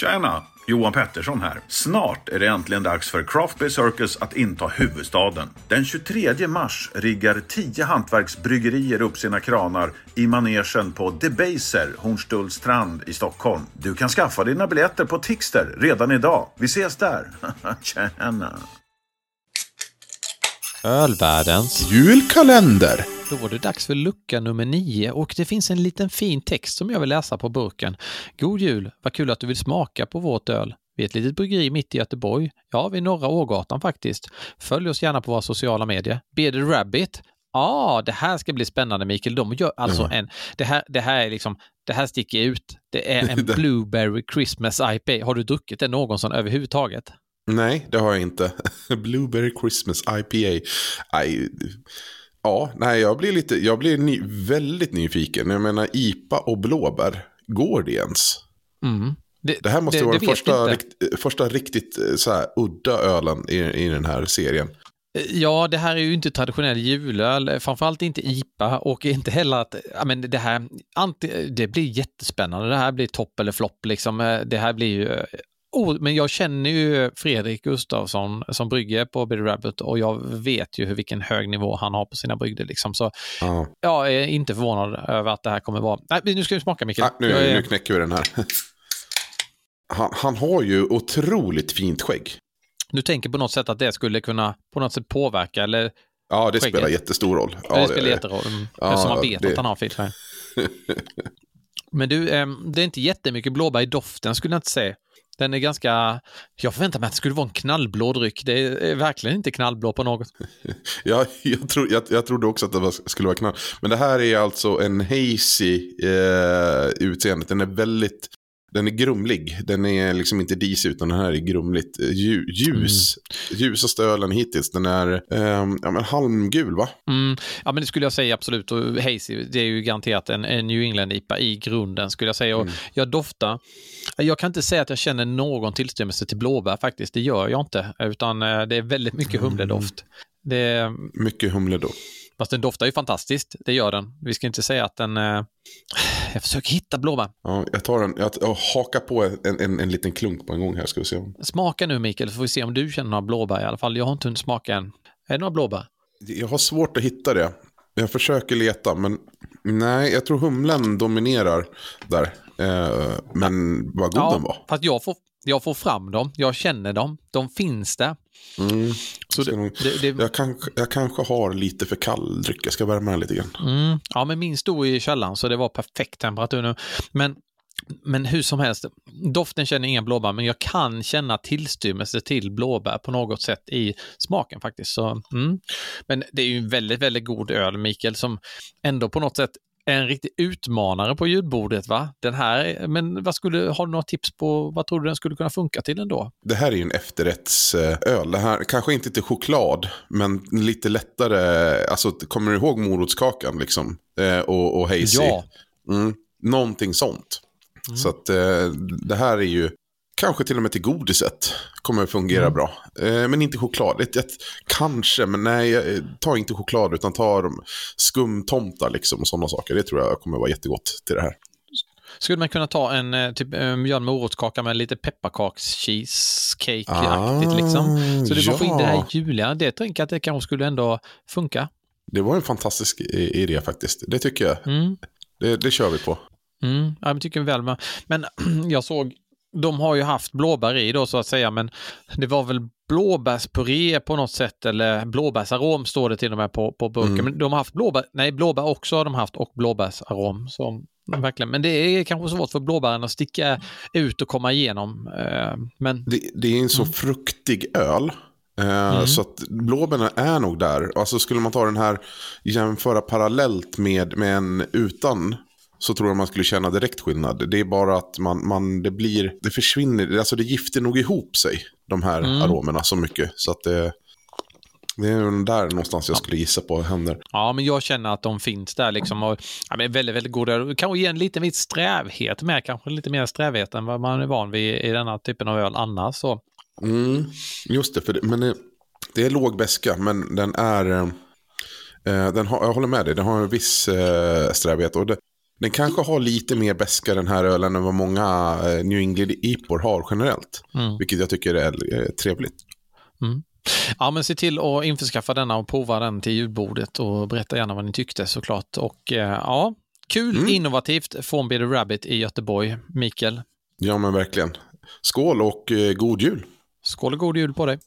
Tjena, Johan Pettersson här. Snart är det äntligen dags för Craft Beer Circus att inta huvudstaden. Den 23 mars riggar 10 hantverksbryggerier upp sina kranar i manegen på Debaser, Hornstullstrand i Stockholm. Du kan skaffa dina biljetter på Tixter redan idag. Vi ses där. Tjena. Ölvärldens julkalender. Då var det dags för lucka nummer 9 och det finns en liten fin text som jag vill läsa på burken. God jul, vad kul att du vill smaka på vårt öl. Vi är ett litet bryggeri mitt i Göteborg. Ja, vid Norra Ågatan faktiskt. Följ oss gärna på våra sociala medier. Bearded Rabbit. Ja, det här ska bli spännande, Mikael. De gör alltså det här sticker ut. Det är en Blueberry Christmas IPA. Har du druckit det någonsin överhuvudtaget? Nej, det har jag inte. Blueberry Christmas IPA. Jag blir väldigt nyfiken. Jag menar, IPA och blåbär, går det ens? Mm. Det här måste vara den första riktigt så här udda ölen i den här serien. Ja, det här är ju inte traditionell julöl, framförallt inte IPA och inte heller att det blir jättespännande. Det här blir topp eller flopp liksom. Det här blir ju men jag känner ju Fredrik Gustafsson som brygger på Bearded Rabbit och jag vet ju vilken hög nivå han har på sina brygder liksom. Så jag är inte förvånad över att det här kommer vara. Nej, nu ska vi smaka, Mikael. Nu knäcker vi den här. Han har ju otroligt fint skägg. Du tänker på något sätt att det skulle kunna på något sätt påverka eller? Ja, det spelar jättestor roll. Ja, det spelar jätteroll. Eftersom man vet att han har fint skägg. Men du, det är inte jättemycket blåbär i doften skulle jag inte säga. Den är ganska... Jag förväntar mig att det skulle vara en knallblå dryck. Det är verkligen inte knallblå på något. Ja, jag trodde också att det skulle vara knall. Men det här är alltså en hazy utseendet. Den är grumlig. Den är liksom inte dis utan den här är grumligt ljusaste ölen hittills. Den är halmgul, va? Ja, men det skulle jag säga absolut. Och hazy, det är ju garanterat en New England IPA i grunden skulle jag säga. Och jag kan inte säga att jag känner någon tillstymmelse till blåbär faktiskt. Det gör jag inte. Utan det är väldigt mycket humledoft. Mycket humledoft. Fast den doftar ju fantastiskt, det gör den. Vi ska inte säga att den... Jag försöker hitta blåbär. Ja, jag tar den. Jag hakar på en liten klunk på en gång här, ska vi se. Smaka nu, Mikael, så får vi se om du känner några blåbär i alla fall. Jag har inte hunnit smaka än. Är det några blåbär? Jag har svårt att hitta det. Jag försöker leta, men nej, jag tror humlen dominerar där. Men vad god den var. Fast jag får fram dem. Jag känner dem. De finns där. Så jag kanske har lite för kall dryck. Jag ska värma den lite grann. Ja, men min stod i källaren så det var perfekt temperatur nu. Men hur som helst, doften känner inga blåbär, men jag kan känna tillstymmelse till blåbär på något sätt i smaken faktiskt. Så, Men det är ju en väldigt, väldigt god öl, Mikael, som ändå på något sätt är en riktig utmanare på ljudbordet, va? Den här, men har du några tips på vad tror du den skulle kunna funka till ändå? Det här är ju en efterrättsöl. Det här kanske inte till choklad, men lite lättare. Alltså, kommer du ihåg morotskakan liksom? Och hazy? Ja. Någonting sånt. Så att det här är ju kanske till och med till godiset kommer att fungera bra. Men inte choklad. Kanske, men nej, ta inte choklad utan ta skumtomtar liksom och sådana saker. Det tror jag kommer vara jättegott till det här. Skulle man kunna ta göra en morotskaka med lite pepparkaks-cheesecake-aktigt liksom? Så du bara får in det här juliga. Det tänker jag att det kanske skulle ändå funka. Det var en fantastisk idé faktiskt. Det tycker jag. Det kör vi på. Ja, jag tycker väl. Men jag såg de har ju haft blåbär i då så att säga, men det var väl blåbärspuré på något sätt, eller blåbärsarom står det till och med på burken. Men de har haft blåbär också har de haft, och blåbärsarom. Så verkligen. Men det är kanske svårt för blåbären att sticka ut och komma igenom. Men det är en så fruktig öl. Så att blåbärna är nog där. Alltså skulle man ta den här, jämföra parallellt med en utan, så tror jag man skulle känna direkt skillnad. Det är bara att det försvinner, alltså det gifter nog ihop sig, de här aromerna så mycket. Så att det är där någonstans jag skulle gissa på händer. Ja, men jag känner att de finns där liksom. Och, ja, men väldigt, väldigt goda. Kanske ge en liten viss strävhet med, kanske lite mer strävhet än vad man är van vid i denna typen av öl annars. Så. Just det, men det är låg beska, men den är... jag håller med dig, den har en viss strävhet. Och Den kanske har lite mer beska den här ölen än vad många New England IPOR har generellt. Vilket jag tycker är trevligt. Ja, men se till att införskaffa denna och prova den till julbordet och berätta gärna vad ni tyckte såklart. Och ja, kul, innovativt från Bearded Rabbit i Göteborg. Mikael? Ja, men verkligen. Skål och god jul! Skål och god jul på dig!